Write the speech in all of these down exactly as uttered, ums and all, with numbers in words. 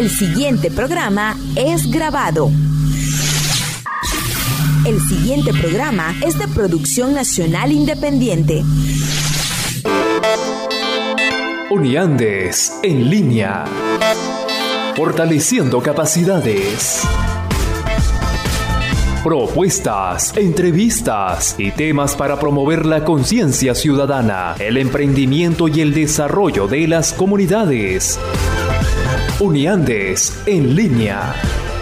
El siguiente programa es grabado. El siguiente programa es de producción nacional independiente. Uniandes en línea. Fortaleciendo capacidades. Propuestas, entrevistas y temas para promover la conciencia ciudadana, el emprendimiento y el desarrollo de las comunidades. Uniandes en línea.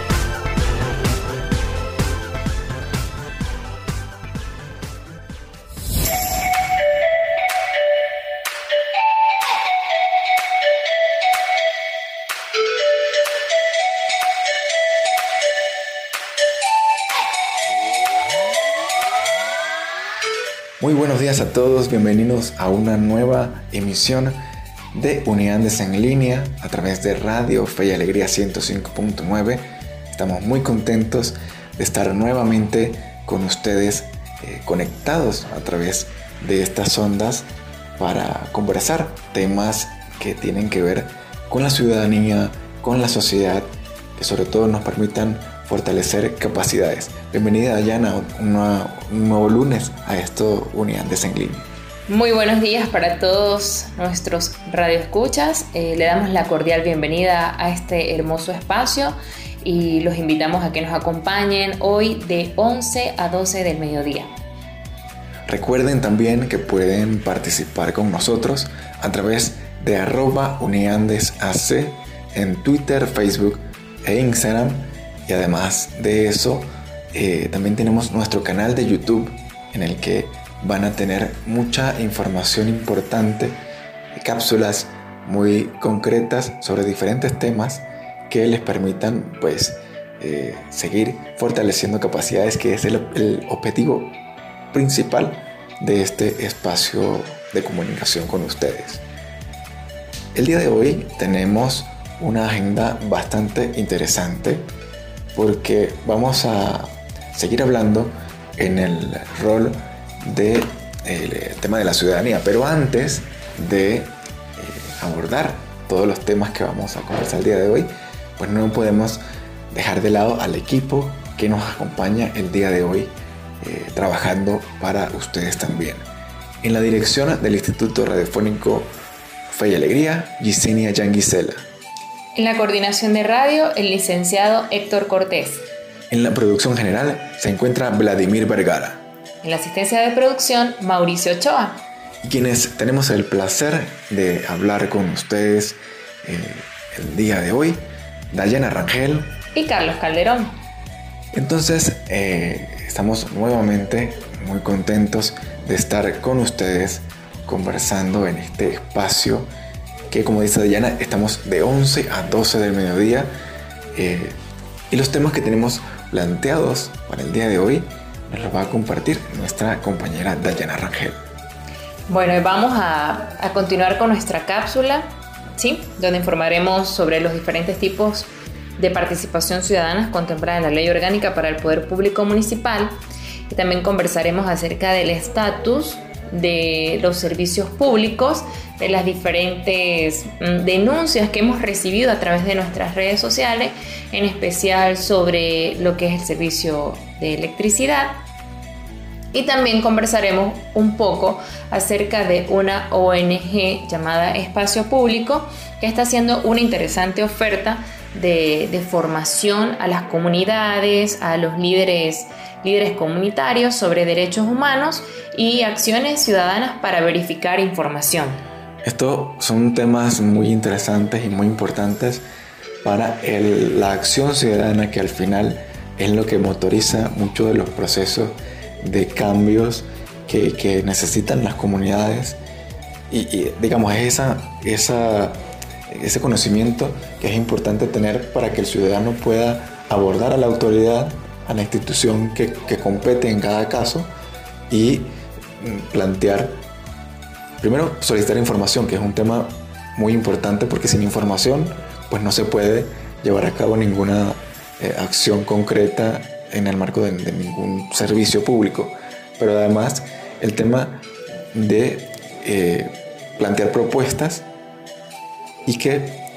Muy buenos días a todos, bienvenidos a una nueva emisión de Uniandes en línea a través de Radio Fe y Alegría ciento cinco punto nueve. Estamos muy contentos de estar nuevamente con ustedes eh, conectados a través de estas ondas para conversar temas que tienen que ver con la ciudadanía, con la sociedad, que sobre todo nos permitan fortalecer capacidades. Bienvenida, Dayana, un, un nuevo lunes a esto Uniandes en línea. Muy buenos días para todos nuestros radioescuchas. Eh, le damos la cordial bienvenida a este hermoso espacio y los invitamos a que nos acompañen hoy de once a doce del mediodía. Recuerden también que pueden participar con nosotros a través de arroba uniandesac en Twitter, Facebook e Instagram. Y además de eso, eh, también tenemos nuestro canal de YouTube en el que van a tener mucha información importante, cápsulas muy concretas sobre diferentes temas que les permitan pues eh, seguir fortaleciendo capacidades, que es el, el objetivo principal de este espacio de comunicación con ustedes. El día de hoy tenemos una agenda bastante interesante, porque vamos a seguir hablando en el rol del de tema de la ciudadanía. Pero antes de eh, abordar todos los temas que vamos a conversar el día de hoy, pues no podemos dejar de lado al equipo que nos acompaña el día de hoy, eh, trabajando para ustedes también. En la dirección del Instituto Radiofónico Fe y Alegría, Yesenia Yanguisela. En la coordinación de radio, el licenciado Héctor Cortés. En la producción general se encuentra Vladimir Vergara. En la asistencia de producción, Mauricio Ochoa. Y quienes tenemos el placer de hablar con ustedes eh, el día de hoy, Dayana Rangel y Carlos Calderón. Entonces, eh, estamos nuevamente muy contentos de estar con ustedes conversando en este espacio que, como dice Dayana, estamos de once a doce del mediodía, eh, y los temas que tenemos planteados para el día de hoy nos los va a compartir nuestra compañera Dayana Rangel. Bueno, vamos a, a continuar con nuestra cápsula, ¿sí? Donde informaremos sobre los diferentes tipos de participación ciudadana contemplada en la Ley Orgánica para el Poder Público Municipal, y también conversaremos acerca del estatus de los servicios públicos, de las diferentes denuncias que hemos recibido a través de nuestras redes sociales, en especial sobre lo que es el servicio de electricidad. Y también conversaremos un poco acerca de una O N G llamada Espacio Público, que está haciendo una interesante oferta de, de formación a las comunidades, a los líderes líderes comunitarios sobre derechos humanos y acciones ciudadanas para verificar información. Estos son temas muy interesantes y muy importantes para el, la acción ciudadana, que al final es lo que motoriza muchos de los procesos de cambios que, que necesitan las comunidades. Y, y digamos, es esa, esa, ese conocimiento que es importante tener para que el ciudadano pueda abordar a la autoridad, a la institución que, que compete en cada caso, y plantear, primero, solicitar información, que es un tema muy importante, porque sin información pues no se puede llevar a cabo ninguna eh, acción concreta en el marco de, de ningún servicio público. Pero además el tema de eh, plantear propuestas y que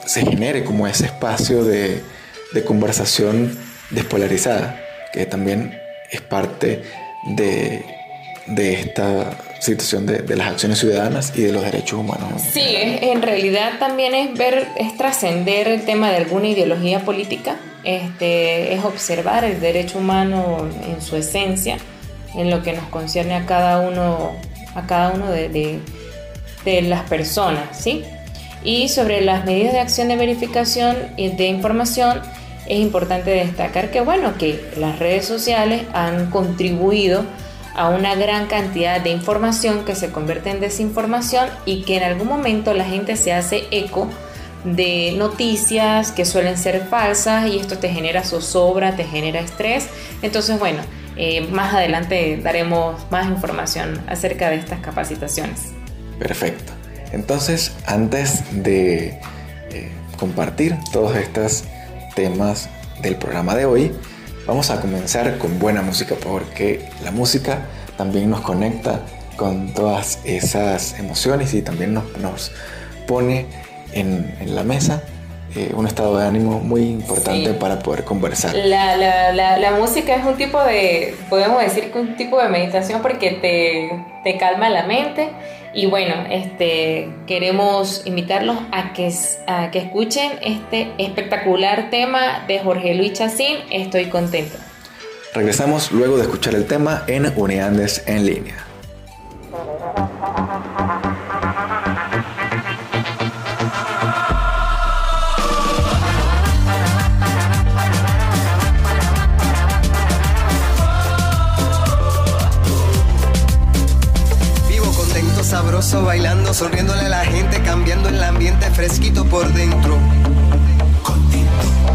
se genere como ese espacio de, de conversación despolarizada, que también es parte de, de esta situación de, de las acciones ciudadanas y de los derechos humanos. Sí, en realidad también es ver, es trascender el tema de alguna ideología política, este, es observar el derecho humano en su esencia, en lo que nos concierne a cada uno, a cada uno de, de, de las personas, ¿sí? Y sobre las medidas de acción de verificación y de información, es importante destacar que, bueno, que las redes sociales han contribuido a una gran cantidad de información que se convierte en desinformación y que en algún momento la gente se hace eco de noticias que suelen ser falsas y esto te genera zozobra, te genera estrés. Entonces, bueno, eh, más adelante daremos más información acerca de estas capacitaciones. Perfecto. Entonces, antes de eh, compartir todos estos temas del programa de hoy, vamos a comenzar con buena música, porque la música también nos conecta con todas esas emociones y también nos, nos pone en, en la mesa eh, un estado de ánimo muy importante, sí, para poder conversar. La, la, la, la música es un tipo de, podemos decir que un tipo de meditación porque te, te calma la mente. Y bueno, este, queremos invitarlos a que, a que escuchen este espectacular tema de Jorge Luis Chacín, Estoy Contento. Regresamos luego de escuchar el tema en Uniandes en línea. Sabroso, bailando, sonriéndole a la gente, cambiando el ambiente fresquito por dentro. Contento.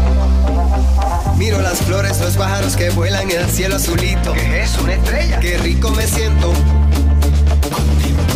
Miro las flores, los pájaros que vuelan en el cielo azulito. ¿Qué es una estrella? Qué rico me siento. Contento.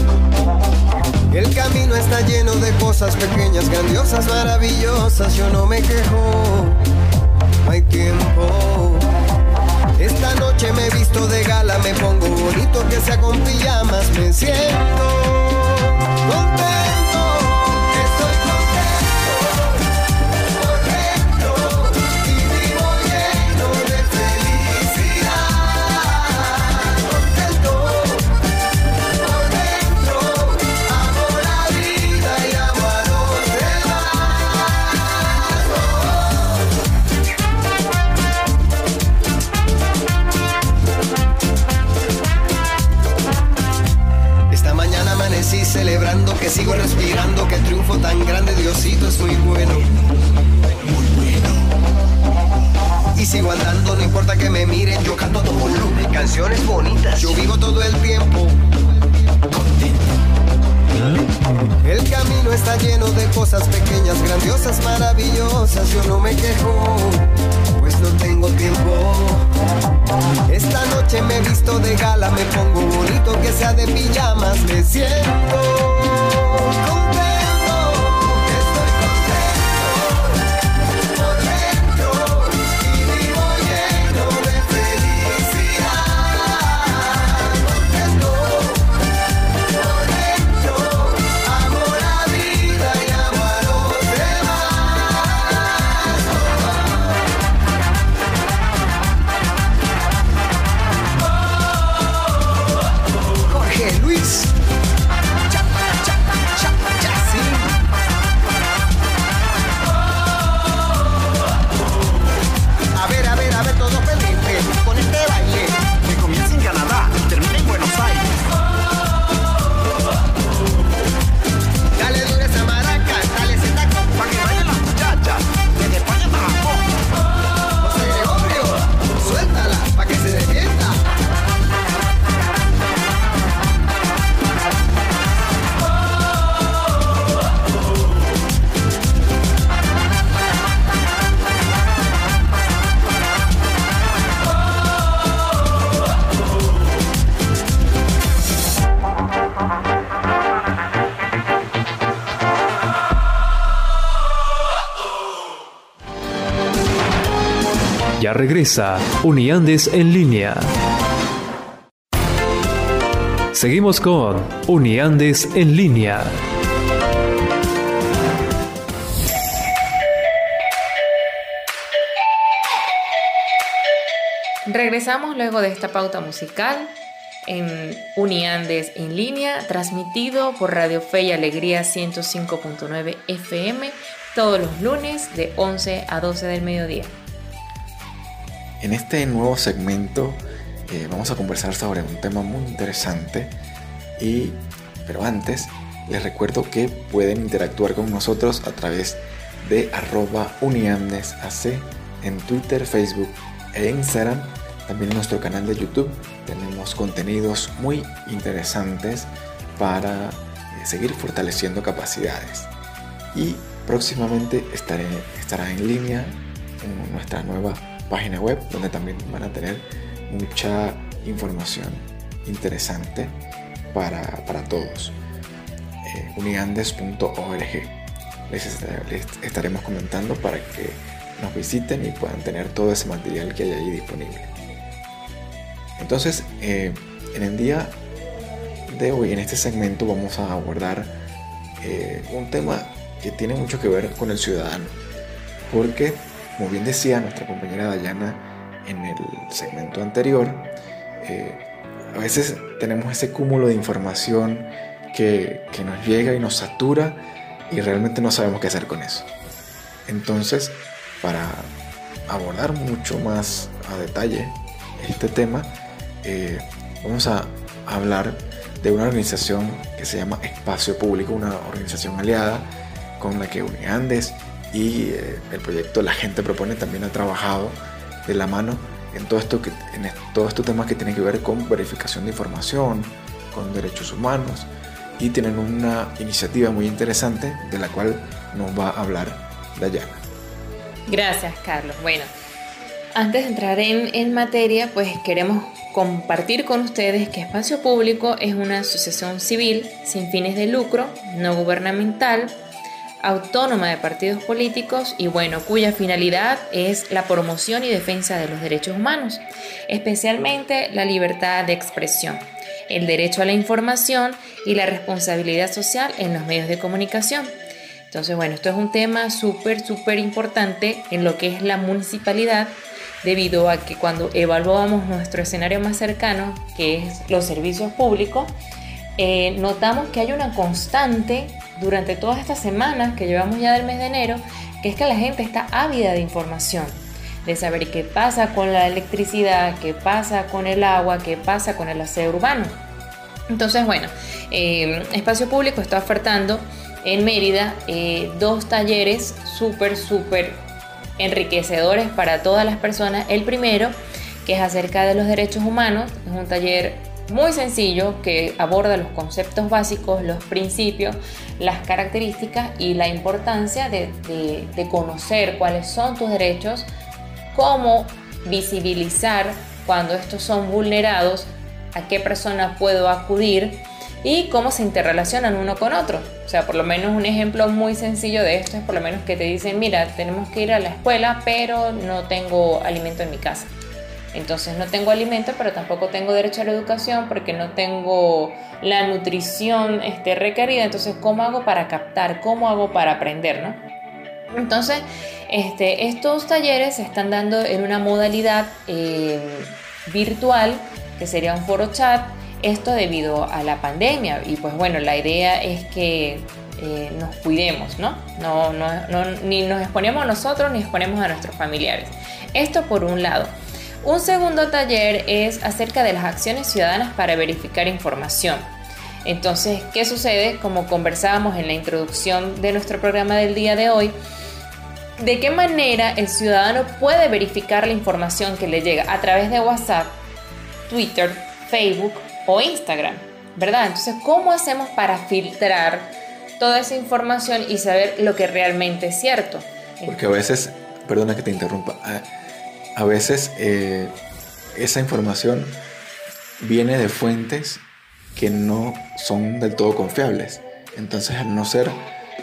El camino está lleno de cosas pequeñas, grandiosas, maravillosas. Yo no me quejo, no hay tiempo. Esta noche me he visto de gala, me pongo bonito que sea con pijamas, me siento contento, estoy contento, por dentro, y vivo lleno de felicidad. Contento, por dentro, amo la vida y amo a los demás. Amanecí celebrando que sigo respirando, que el triunfo tan grande, Diosito, es muy bueno, muy bueno. Y sigo andando, no importa que me miren, yo canto a todo volumen, canciones bonitas, yo vivo todo el tiempo contento. El camino está lleno de cosas pequeñas, grandiosas, maravillosas, yo no me quejo, pues no tengo tiempo. Esta noche me he visto de gala, me pongo bonito que sea de pijamas, me siento contento, estoy contento, por dentro, y vivo lleno de felicidad. Contento, por dentro, amo la vida y amo a los demás. Jorge Luis Cha, cha, cha, Chacín. A ver, a ver, a ver, todos pendientes con este baile que comienza en Canadá y termina en Buenos Aires. Dale dura esa maraca, dale ese taco, pa' que bailen las muchachas desde España hasta Japón. José Gregorio, suéltala, pa' que se defienda. Ya regresa Uniandes en línea. Seguimos con Uniandes en línea. regresamos luego de esta pauta musical en Uniandes en línea, transmitido por Radio Fe y Alegría ciento cinco punto nueve F M todos los lunes de once a doce del mediodía. En este nuevo segmento eh, vamos a conversar sobre un tema muy interesante, y, pero antes les recuerdo que pueden interactuar con nosotros a través de arroba uniandesac en Twitter, Facebook e Instagram. También en nuestro canal de YouTube tenemos contenidos muy interesantes para eh, seguir fortaleciendo capacidades. Y próximamente estaré, estará en línea en nuestra nueva página web, donde también van a tener mucha información interesante para, para todos. eh, uniandes punto org. Les, estar, les estaremos comentando para que nos visiten y puedan tener todo ese material que hay ahí disponible. Entonces, eh, en el día de hoy, en este segmento, vamos a abordar eh, un tema que tiene mucho que ver con el ciudadano, porque, como bien decía nuestra compañera Dayana en el segmento anterior, eh, a veces tenemos ese cúmulo de información que, que nos llega y nos satura, y realmente no sabemos qué hacer con eso. Entonces, para abordar mucho más a detalle este tema, eh, vamos a hablar de una organización que se llama Espacio Público, una organización aliada con la que Uniandes y eh, el proyecto La Gente Propone también ha trabajado de la mano en todo esto que, en todos estos temas que tienen que ver con verificación de información, con derechos humanos, y tienen una iniciativa muy interesante de la cual nos va a hablar Dayana. Gracias, Carlos. Bueno, antes de entrar en, en materia, pues queremos compartir con ustedes que Espacio Público es una asociación civil sin fines de lucro, no gubernamental, autónoma de partidos políticos y bueno, cuya finalidad es la promoción y defensa de los derechos humanos, especialmente la libertad de expresión, el derecho a la información y la responsabilidad social en los medios de comunicación. Entonces, bueno, esto es un tema súper, súper importante en lo que es la municipalidad, debido a que cuando evaluamos nuestro escenario más cercano, que es los servicios públicos, eh, notamos que hay una constante durante todas estas semanas que llevamos ya del mes de enero, que es que la gente está ávida de información, de saber qué pasa con la electricidad, qué pasa con el agua, qué pasa con el aseo urbano. Entonces, bueno, eh, Espacio Público está ofertando en Mérida eh, dos talleres súper, súper enriquecedores para todas las personas. El primero, que es acerca de los derechos humanos, es un taller muy sencillo que aborda los conceptos básicos, los principios, las características y la importancia de, de, de conocer cuáles son tus derechos, cómo visibilizar cuando estos son vulnerados, a qué persona puedo acudir y cómo se interrelacionan uno con otro. O sea, por lo menos un ejemplo muy sencillo de esto es por lo menos que te dicen, mira, tenemos que ir a la escuela, pero no tengo alimento en mi casa. Entonces no tengo alimento, pero tampoco tengo derecho a la educación porque no tengo la nutrición este, requerida. Entonces, ¿cómo hago para captar? ¿Cómo hago para aprender? ¿No? Entonces, este, estos talleres se están dando en una modalidad eh, virtual, que sería un foro chat. Esto debido a la pandemia, y pues bueno, la idea es que eh, nos cuidemos, ¿no? No, no, no, ni nos exponemos nosotros ni exponemos a nuestros familiares. Esto por un lado. Un segundo taller es acerca de las acciones ciudadanas para verificar información. Entonces, ¿qué sucede? Como conversábamos en la introducción de nuestro programa del día de hoy, ¿de qué manera el ciudadano puede verificar la información que le llega a través de WhatsApp, Twitter, Facebook o Instagram, ¿verdad? Entonces, ¿cómo hacemos para filtrar toda esa información y saber lo que realmente es cierto? Porque a veces, perdona que te interrumpa, a, a veces eh, esa información viene de fuentes que no son del todo confiables. Entonces, al no ser,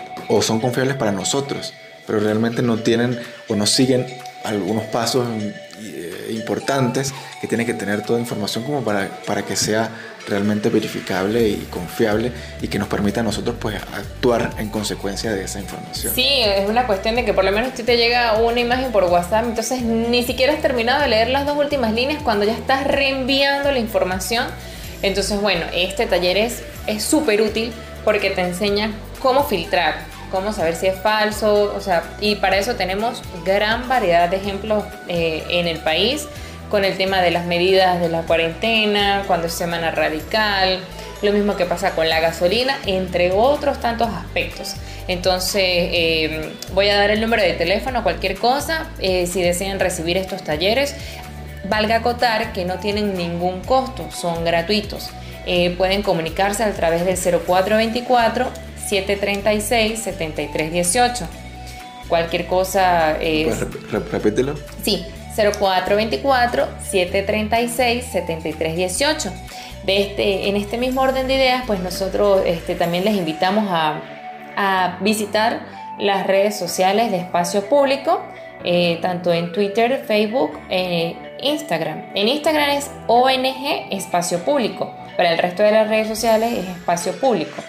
o son confiables para nosotros, pero realmente no tienen o no siguen algunos pasos eh, importantes que tiene que tener toda información como para, para que sea realmente verificable y confiable y que nos permita a nosotros pues actuar en consecuencia de esa información. Sí, es una cuestión de que por lo menos a ti te llega una imagen por WhatsApp, entonces ni siquiera has terminado de leer las dos últimas líneas cuando ya estás reenviando la información. Entonces, bueno, este taller es es súper útil porque te enseña cómo filtrar, cómo saber si es falso, o sea, y para eso tenemos gran variedad de ejemplos eh, en el país, con el tema de las medidas de la cuarentena, cuando es semana radical, lo mismo que pasa con la gasolina, entre otros tantos aspectos. Entonces, eh, voy a dar el número de teléfono, cualquier cosa, eh, si desean recibir estos talleres. Valga acotar que no tienen ningún costo, son gratuitos. Eh, pueden comunicarse a través del cero cuatro veinticuatro, siete treinta y seis, setenta y tres dieciocho. Cualquier cosa... Eh, ¿Puedes repítelo? Sí, cero cuatro veinticuatro, siete treinta y seis, setenta y tres dieciocho. De este, en este mismo orden de ideas, pues nosotros este, también les invitamos a, a visitar las redes sociales de Espacio Público, eh, tanto en Twitter, Facebook, eh, Instagram. En Instagram es O N G Espacio Público. Para el resto de las redes sociales es Espacio Público.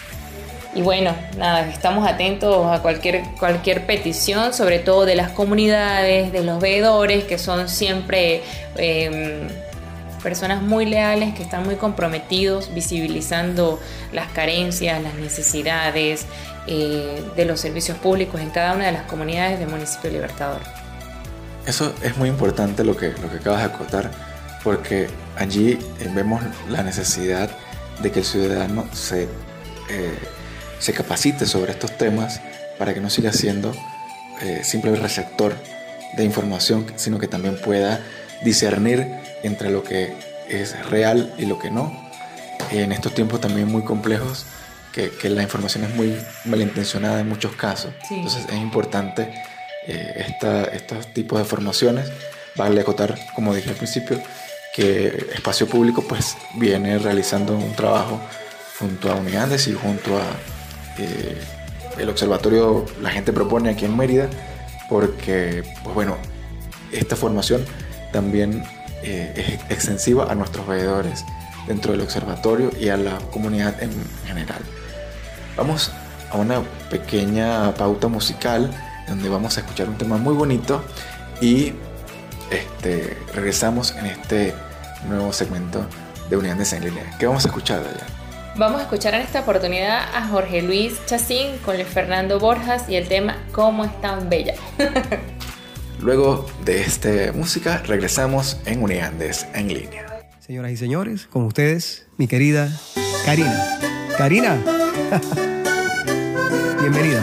Y bueno, nada, estamos atentos a cualquier, cualquier petición, sobre todo de las comunidades, de los veedores, que son siempre eh, personas muy leales, que están muy comprometidos, visibilizando las carencias, las necesidades eh, de los servicios públicos en cada una de las comunidades del municipio Libertador. Eso es muy importante lo que, lo que acabas de acotar, porque allí eh, vemos la necesidad de que el ciudadano se... Eh, se capacite sobre estos temas para que no siga siendo eh, simple receptor de información, sino que también pueda discernir entre lo que es real y lo que no. En estos tiempos también muy complejos, que, que la información es muy malintencionada en muchos casos. Sí. Entonces es importante eh, esta, estos tipos de formaciones. Vale acotar, como dije al principio, que Espacio Público pues viene realizando un trabajo junto a Uniandes y junto a Eh, el observatorio La Gente Propone aquí en Mérida, porque pues bueno, esta formación también eh, es extensiva a nuestros veedores dentro del observatorio y a la comunidad en general. Vamos a una pequeña pauta musical donde vamos a escuchar un tema muy bonito y este, regresamos en este nuevo segmento de Uniandes en Línea. ¿Qué vamos a escuchar de allá? Vamos a escuchar en esta oportunidad a Jorge Luis Chacín con Luis Fernando Borjas y el tema ¿Cómo es tan bella? Luego de esta música regresamos en Uniandes en Línea. Señoras y señores, con ustedes, mi querida Karina. Karina, bienvenida.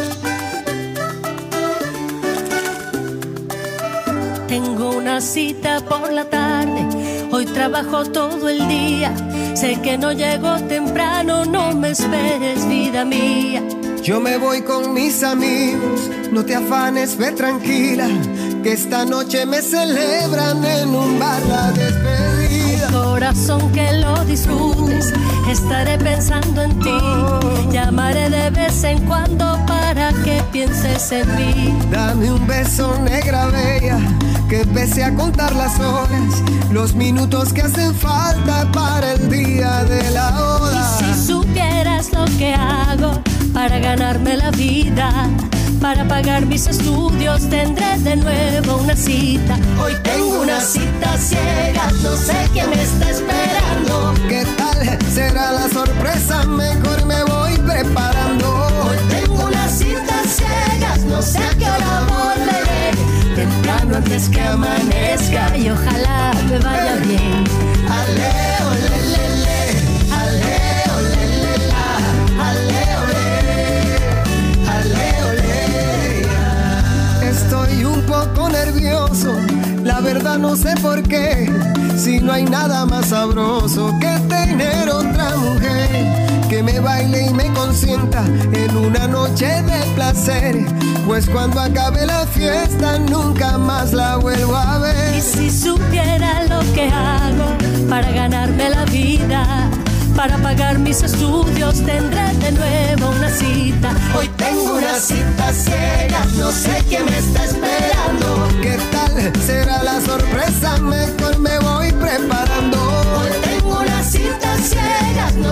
Tengo una cita por la tarde, hoy trabajo todo el día. Sé que no llego temprano, no me esperes, vida mía. Yo me voy con mis amigos, no te afanes, ve tranquila, que esta noche me celebran en un bar la despedida. Corazón, que lo disfrutes, estaré pensando en ti. Llamaré de vez en cuando para que pienses en mí. Dame un beso, negra bella, que empecé a contar las horas, los minutos que hacen falta para el día de la boda. Y si supieras lo que hago para ganarme la vida, para pagar mis estudios, tendré de nuevo una cita. Hoy tengo una cita ciega, no sé quién me está esperando. ¿Qué tal será la sorpresa? Mejor me voy preparando. Hoy tengo una cita ciega, no sé a qué hora volveré. Temprano antes que amanezca y ojalá me vaya bien. Ale, ole, le, le. Ale, ole, le, la. Ale, ole. Ale, ole. Estoy un poco nervioso, la verdad no sé por qué. Si no hay nada más sabroso que tener otra mujer que me baile y me consienta en una noche de placer, pues cuando acabe la fiesta nunca más la vuelvo a ver. Y si supiera lo que hago para ganarme la vida, para pagar mis estudios, tendré de nuevo una cita. Hoy tengo una cita ciega, no sé quién me está esperando. ¿Qué tal será la sorpresa? Mejor me voy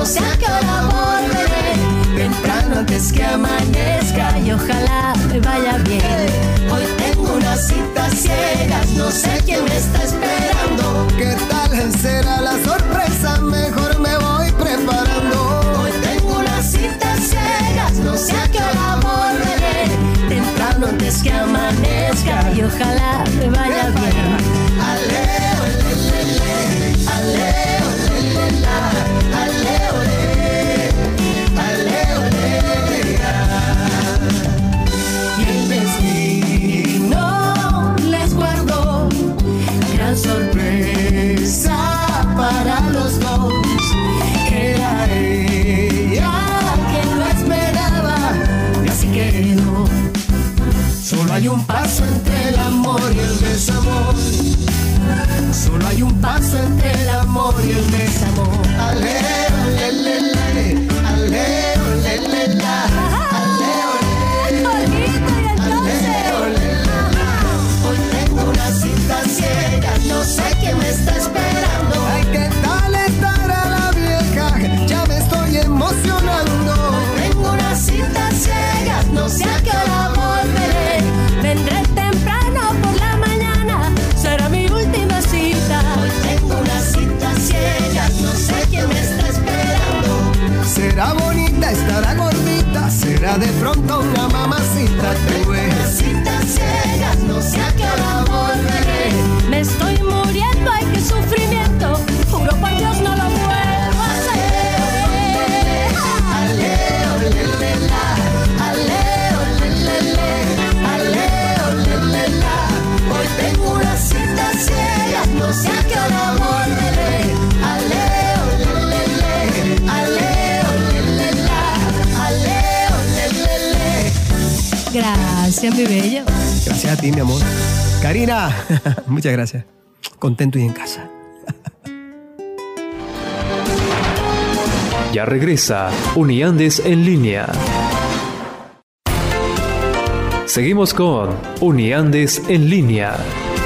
no sé a qué hora volveré. Temprano antes que amanezca y ojalá me vaya bien. Hoy tengo una cita ciegas, no sé quién me está esperando. ¿Qué tal será la sorpresa? Mejor me voy preparando. Hoy tengo una cita ciegas, no sé a qué hora volveré. Temprano antes que amanezca y ojalá me vaya bien. Aleo, le, le, le. Aleo, le, le, la. Aleo, le. Aleo, le, la. Y el destino les guardó gran sorpresa para los dos. Era ella quien lo esperaba y así quedó. Solo hay un paso entre el amor y el desamor. Solo hay un paso entre el amor y el desamor. Aleo, le, le, le. Aleo, le, le, la. Aleo, le. Aleo, le, la. Hoy tengo una cita ciega, no sé quién me está esperando. Ay, ¿qué tal estará la vieja? Ya me estoy emocionando. Tengo una cita ciega, no sé a qué hora volveré. Vendré temprano por la mañana, será mi última cita. Hoy tengo una cita ciega, no sé quién me está esperando. Será bonita, estará gordita, será de pronto una mamacita. Tengo una cita ciega, no sé a qué hora volveré. Me estoy muriendo, ay qué sufrimiento, juro por Dios no lo vuelvo a hacer. Aleo, le, le, la. Aleo, le, le, le. Aleo, le, le, la. Hoy tengo una cita ciega, no sé a qué hora volveré. Aleo, le, le, le. Aleo, le, le, la. Aleo, le, le, le. Gracias, mi bello. Gracias a ti, mi amor. Karina, muchas gracias. Contento y en casa. Ya regresa Uniandes en línea. Seguimos con Uniandes en línea.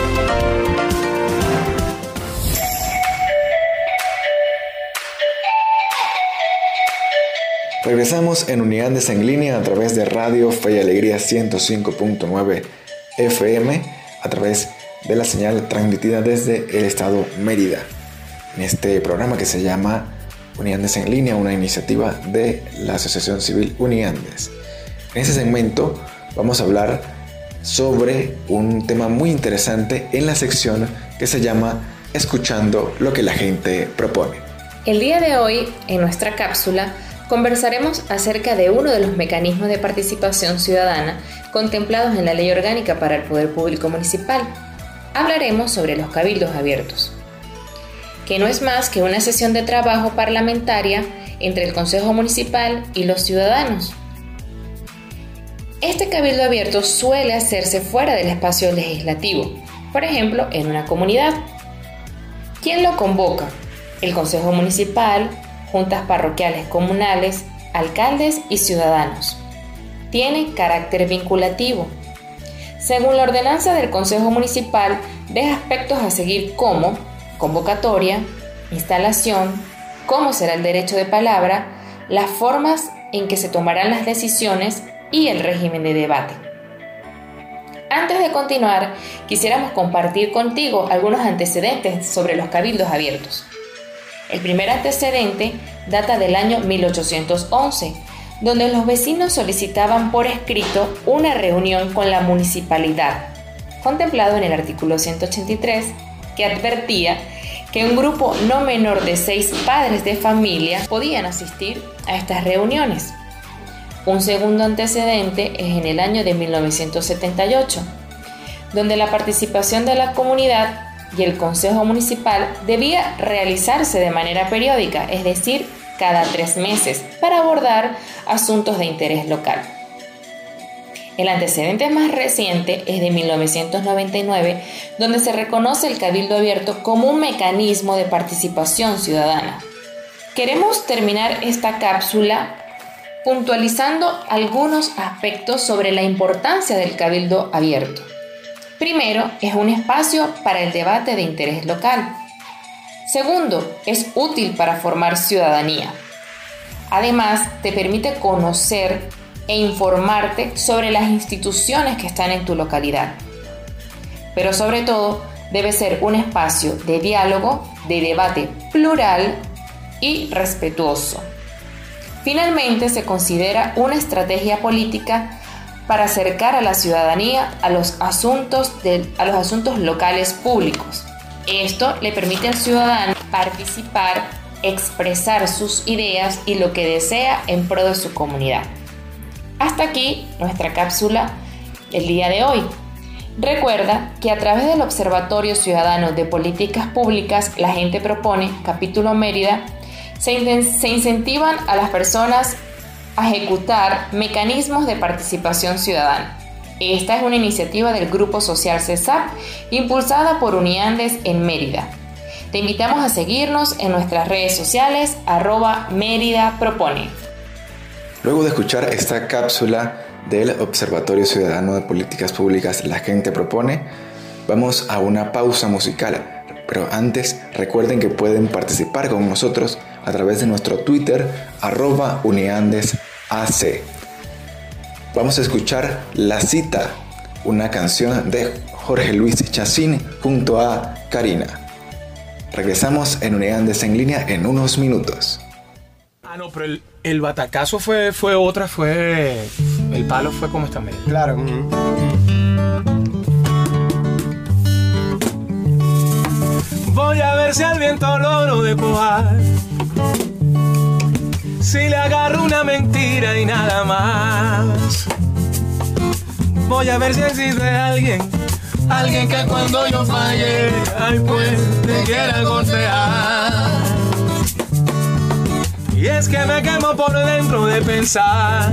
Regresamos en Uniandes en línea a través de Radio Fe y Alegría ciento cinco punto nueve F M, a través de la señal transmitida desde el estado Mérida. En este programa que se llama Uniandes en línea, una iniciativa de la Asociación Civil Uniandes. En este segmento vamos a hablar sobre un tema muy interesante en la sección que se llama Escuchando lo que la gente propone. El día de hoy, en nuestra cápsula, conversaremos acerca de uno de los mecanismos de participación ciudadana contemplados en la Ley Orgánica para el Poder Público Municipal. Hablaremos sobre los cabildos abiertos, que no es más que una sesión de trabajo parlamentaria entre el Consejo Municipal y los ciudadanos. Este cabildo abierto suele hacerse fuera del espacio legislativo, por ejemplo, en una comunidad. ¿Quién lo convoca? El Consejo Municipal, juntas parroquiales comunales, alcaldes y ciudadanos. Tiene carácter vinculativo. Según la ordenanza del Consejo Municipal, deja aspectos a seguir como convocatoria, instalación, cómo será el derecho de palabra, las formas en que se tomarán las decisiones y el régimen de debate. Antes de continuar, quisiéramos compartir contigo algunos antecedentes sobre los cabildos abiertos. El primer antecedente data del año mil ochocientos once, donde los vecinos solicitaban por escrito una reunión con la municipalidad, contemplado en el artículo ciento ochenta y tres, que advertía que un grupo no menor de seis padres de familia podían asistir a estas reuniones. Un segundo antecedente es en el año de mil novecientos setenta y ocho, donde la participación de la comunidad y el Consejo Municipal debía realizarse de manera periódica, es decir, cada tres meses, para abordar asuntos de interés local. El antecedente más reciente es de mil novecientos noventa y nueve, donde se reconoce el cabildo abierto como un mecanismo de participación ciudadana. Queremos terminar esta cápsula puntualizando algunos aspectos sobre la importancia del cabildo abierto. Primero, es un espacio para el debate de interés local. Segundo, es útil para formar ciudadanía. Además, te permite conocer e informarte sobre las instituciones que están en tu localidad. Pero sobre todo, debe ser un espacio de diálogo, de debate plural y respetuoso. Finalmente, se considera una estrategia política para acercar a la ciudadanía a los asuntos, de, a los asuntos locales públicos. Esto le permite al ciudadano participar, expresar sus ideas y lo que desea en pro de su comunidad. Hasta aquí nuestra cápsula del día de hoy. Recuerda que a través del Observatorio Ciudadano de Políticas Públicas, La Gente Propone, capítulo Mérida, se, in- se incentivan a las personas a ejecutar mecanismos de participación ciudadana. Esta es una iniciativa del Grupo Social CESAP, impulsada por Uniandes en Mérida. Te invitamos a seguirnos en nuestras redes sociales, arroba Mérida Propone. Luego de escuchar esta cápsula del Observatorio Ciudadano de Políticas Públicas La Gente Propone, vamos a una pausa musical. Pero antes, recuerden que pueden participar con nosotros a través de nuestro Twitter, arroba UniandesAC. Vamos a escuchar La Cita, una canción de Jorge Luis Chacín junto a Karina. Regresamos en Uniandes en línea en unos minutos. Ah, no, pero el, el batacazo fue, fue otra, fue... El palo fue como esta media. Claro. Voy a ver si al viento logro despojar, si le agarro una mentira y nada más. Voy a ver si existe alguien, alguien que cuando yo falle, ay pues, te quiera golpear. Y es que me quemo por dentro de pensar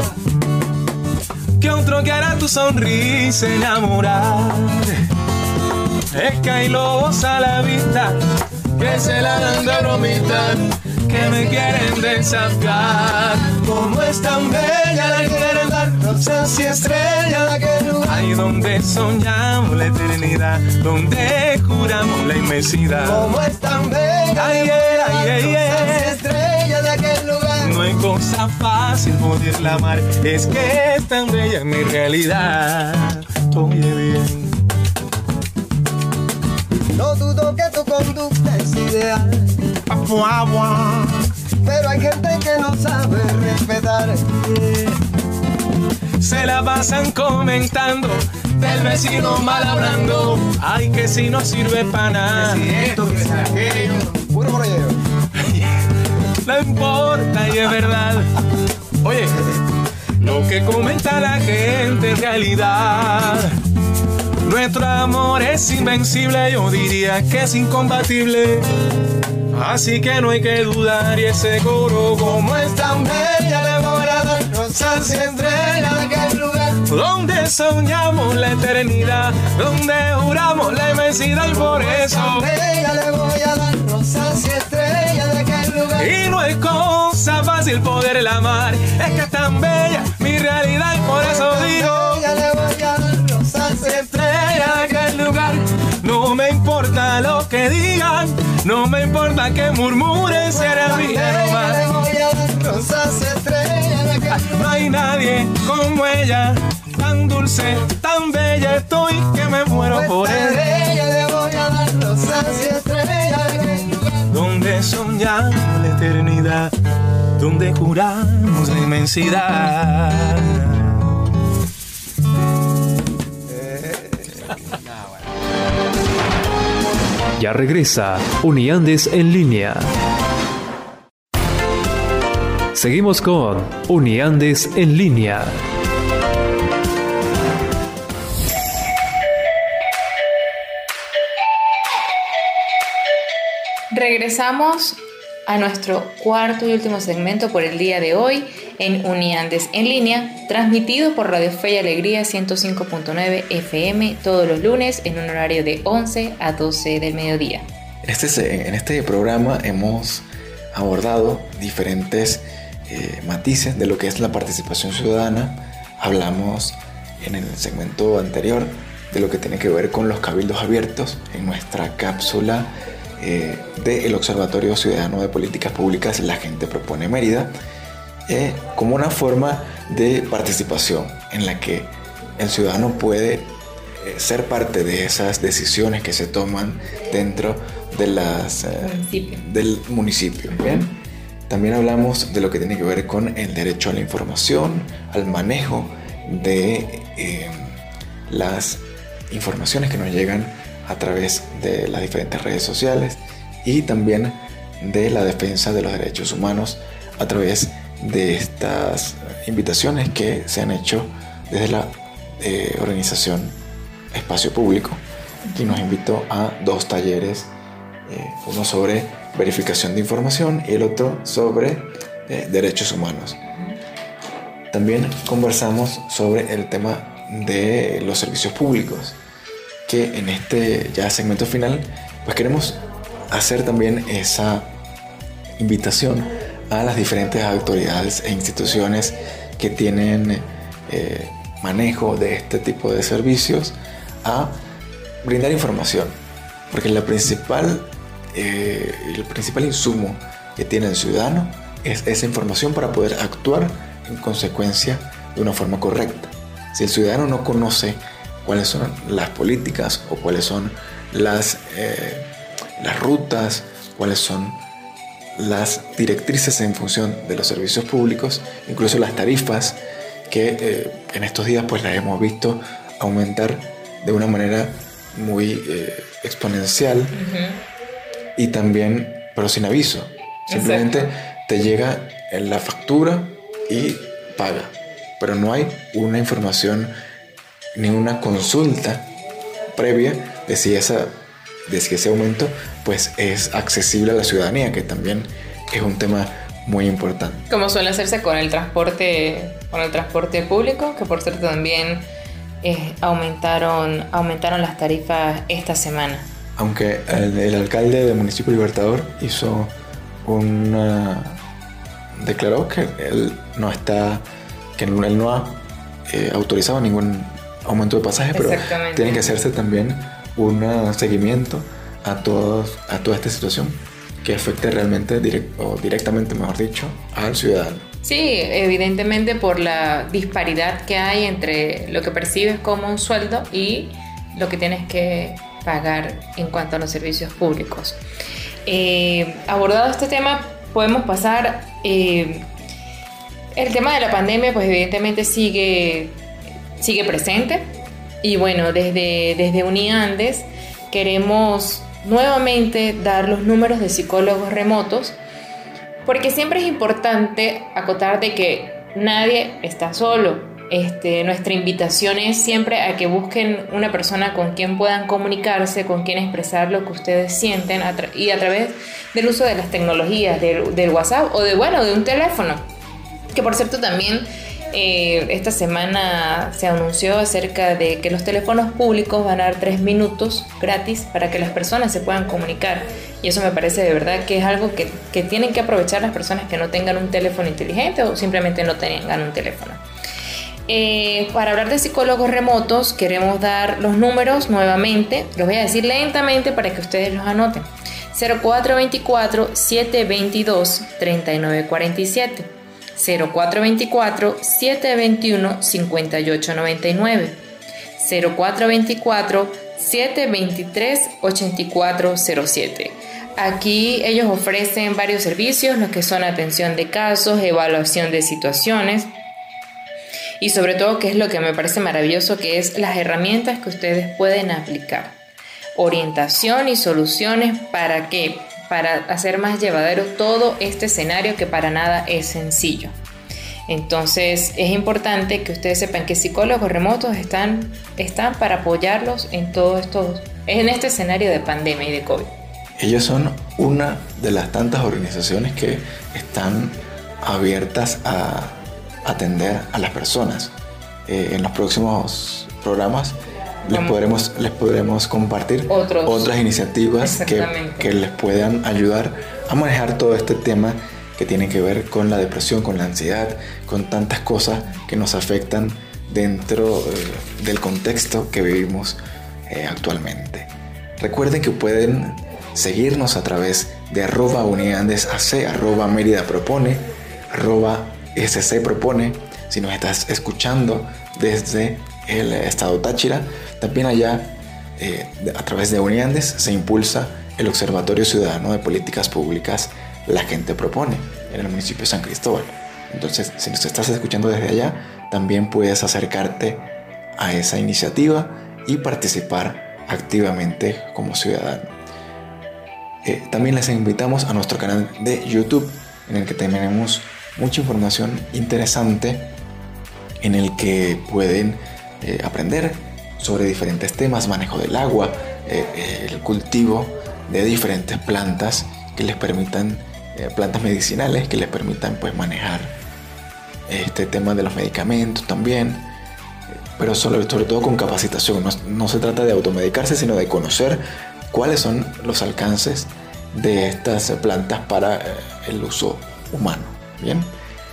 que otro quiera tu sonrisa enamorar. Es que hay lobos a la vista que se la dan de bromita, que me quieren desafiar. Como es tan bella, la quieren dar rosas y estrellas de aquel lugar. Ahí donde soñamos la eternidad, donde juramos la inmensidad. Como es tan bella, ay, ay, ay, ay, rosas y estrellas de aquel lugar. No hay cosa fácil poderla amar, es que es tan bella mi realidad. Oye bien. No dudo que tu conducta es ideal, pero hay gente que no sabe respetar. Se la pasan comentando del vecino mal hablando. Ay, que si no sirve para nada. Que si esto, que si aquello, puro brollero. No importa y es verdad. Oye, lo que comenta la gente en realidad. Nuestro amor es invencible, yo diría que es incombatible. Así que no hay que dudar y ese coro como es tan bella le voy a dar rosas y estrellas de aquel lugar. Donde soñamos la eternidad, donde juramos la inmensidad y por eso bella le voy a dar rosas y estrellas de aquel lugar. Y no es cosa fácil poderla amar, es que es tan bella mi realidad y por eso digo bella le voy a dar rosas y estrellas de aquel lugar. No me importa lo que digan, no me importa que murmuren, será mía nomás. Le voy a dar rosas y estrellas de aquel lugar. No hay nadie como ella, tan dulce, tan bella estoy que me muero por ella. Ella le voy a dar rosas y estrellas de aquel lugar. Donde soñamos la eternidad, donde juramos la inmensidad. Ya regresa Uniandes en línea. Seguimos con Uniandes en línea. Regresamos a nuestro cuarto y último segmento por el día de hoy en Uniandes en línea, transmitido por Radio Fe y Alegría ciento cinco punto nueve F M todos los lunes en un horario de once a doce del mediodía. Este, en este programa hemos abordado diferentes eh, matices de lo que es la participación ciudadana. Hablamos en el segmento anterior de lo que tiene que ver con los cabildos abiertos en nuestra cápsula eh, del Observatorio Ciudadano de Políticas Públicas La Gente Propone Mérida, eh, como una forma de participación en la que el ciudadano puede eh, ser parte de esas decisiones que se toman dentro de las, eh, municipio. del municipio. ¿Bien? También hablamos de lo que tiene que ver con el derecho a la información, al manejo de eh, las informaciones que nos llegan a través de las diferentes redes sociales y también de la defensa de los derechos humanos a través de estas invitaciones que se han hecho desde la eh, organización Espacio Público, que nos invitó a dos talleres, eh, uno sobre verificación de información y el otro sobre eh, derechos humanos. También conversamos sobre el tema de los servicios públicos, que en este ya segmento final pues queremos hacer también esa invitación a las diferentes autoridades e instituciones que tienen eh, manejo de este tipo de servicios a brindar información, porque la principal, eh, el principal insumo que tiene el ciudadano es esa información para poder actuar en consecuencia de una forma correcta. Si el ciudadano no conoce cuáles son las políticas o cuáles son las, eh, las rutas, cuáles son las directrices en función de los servicios públicos, incluso las tarifas que eh, en estos días pues las hemos visto aumentar de una manera muy eh, exponencial. Uh-huh. Y también, pero sin aviso, simplemente exacto, te llega en la factura y paga, pero no hay una información ni una consulta previa de si, esa, de si ese aumento pues es accesible a la ciudadanía, que también es un tema muy importante. Como suele hacerse con el transporte, con el transporte público, que por cierto también eh, aumentaron, aumentaron las tarifas esta semana. Aunque el, el alcalde del municipio Libertador hizo una, declaró que él no está, que él no ha eh, autorizado ningún aumento de pasajes, pero tiene que hacerse también un seguimiento a todos, a toda esta situación que afecte realmente direct, o directamente, mejor dicho, al ciudadano. Sí, evidentemente por la disparidad que hay entre lo que percibes como un sueldo y lo que tienes que pagar en cuanto a los servicios públicos. Eh, abordado este tema, podemos pasar eh, el tema de la pandemia, pues evidentemente sigue sigue presente y bueno, desde, desde Uniandes queremos nuevamente dar los números de psicólogos remotos, porque siempre es importante acotar de que nadie está solo. Este, nuestra invitación es siempre a que busquen una persona con quien puedan comunicarse, con quien expresar lo que ustedes sienten a tra- y a través del uso de las tecnologías, del, del WhatsApp o de, bueno, de un teléfono, que por cierto también Eh, esta semana se anunció acerca de que los teléfonos públicos van a dar tres minutos gratis para que las personas se puedan comunicar, y eso me parece de verdad que es algo que, que tienen que aprovechar las personas que no tengan un teléfono inteligente o simplemente no tengan un teléfono. Eh, para hablar de psicólogos remotos queremos dar los números nuevamente, los voy a decir lentamente para que ustedes los anoten: cero cuatro veinticuatro, siete veintidós, treinta y nueve cuarenta y siete, cero cuatro veinticuatro, siete veintiuno, cincuenta y ocho noventa y nueve, cero cuatro veinticuatro, siete veintitrés, ochenta y cuatro cero siete. Aquí ellos ofrecen varios servicios, los que son atención de casos, evaluación de situaciones y sobre todo, que es lo que me parece maravilloso, que es las herramientas que ustedes pueden aplicar. Orientación y soluciones para que para hacer más llevadero todo este escenario que para nada es sencillo. Entonces es importante que ustedes sepan que psicólogos remotos están, están para apoyarlos en todo esto, en este escenario de pandemia y de COVID. Ellos son una de las tantas organizaciones que están abiertas a atender a las personas. Eh, en los próximos programas Les podremos, les podremos compartir Otros. otras iniciativas que, que les puedan ayudar a manejar todo este tema que tiene que ver con la depresión, con la ansiedad, con tantas cosas que nos afectan dentro eh, del contexto que vivimos eh, actualmente. Recuerden que pueden seguirnos a través de arroba uniandesac, arroba Mérida propone, arroba sc propone. Si nos estás escuchando desde el estado Táchira, también allá eh, a través de Uniandes se impulsa el Observatorio Ciudadano de Políticas Públicas La Gente Propone en el municipio de San Cristóbal. Entonces, si nos estás escuchando desde allá, también puedes acercarte a esa iniciativa y participar activamente como ciudadano. Eh, también les invitamos a nuestro canal de YouTube, en el que tenemos mucha información interesante, en el que pueden eh, aprender sobre diferentes temas, manejo del agua, eh, el cultivo de diferentes plantas que les permitan, eh, plantas medicinales que les permitan pues manejar este tema de los medicamentos también, pero sobre, sobre todo con capacitación. No, no se trata de automedicarse, sino de conocer cuáles son los alcances de estas plantas para eh, el uso humano. Bien.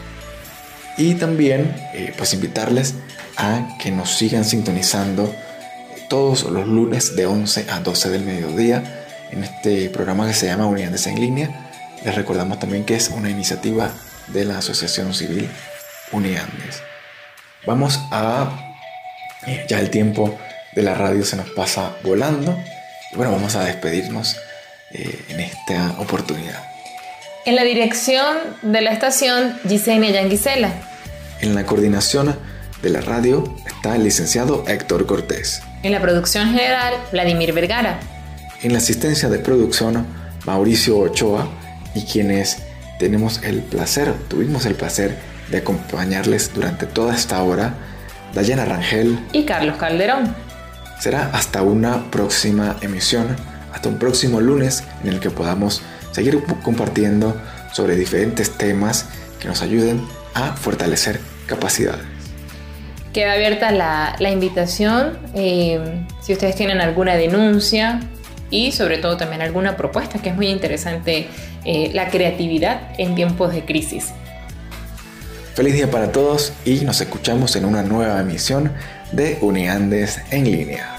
Y también eh, pues invitarles a que nos sigan sintonizando todos los lunes de once a doce del mediodía en este programa que se llama Uniandes en Línea. Les recordamos también que es una iniciativa de la Asociación Civil Uniandes. Vamos a... Eh, ya el tiempo de la radio se nos pasa volando. Y bueno, vamos a despedirnos eh, en esta oportunidad. En la dirección de la estación, Gisenia Yanguisela. En la coordinación de la radio está el licenciado Héctor Cortés. En la producción general, Vladimir Vergara. En la asistencia de producción, Mauricio Ochoa, y quienes tenemos el placer, tuvimos el placer de acompañarles durante toda esta hora, Dayana Rangel y Carlos Calderón. Será hasta una próxima emisión, hasta un próximo lunes en el que podamos seguir compartiendo sobre diferentes temas que nos ayuden a fortalecer capacidades. Queda abierta la, la invitación, eh, si ustedes tienen alguna denuncia y sobre todo también alguna propuesta, que es muy interesante, eh, la creatividad en tiempos de crisis. Feliz día para todos y nos escuchamos en una nueva emisión de Uniandes en Línea.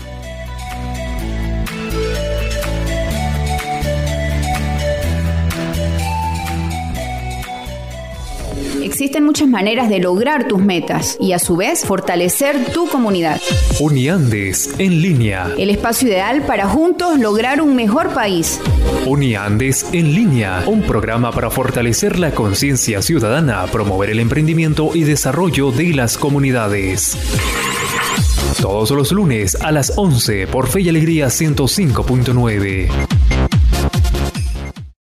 Existen muchas maneras de lograr tus metas y a su vez fortalecer tu comunidad. Uniandes en Línea. El espacio ideal para juntos lograr un mejor país. Uniandes en Línea, un programa para fortalecer la conciencia ciudadana, promover el emprendimiento y desarrollo de las comunidades. Todos los lunes a las once por Fe y Alegría ciento cinco punto nueve.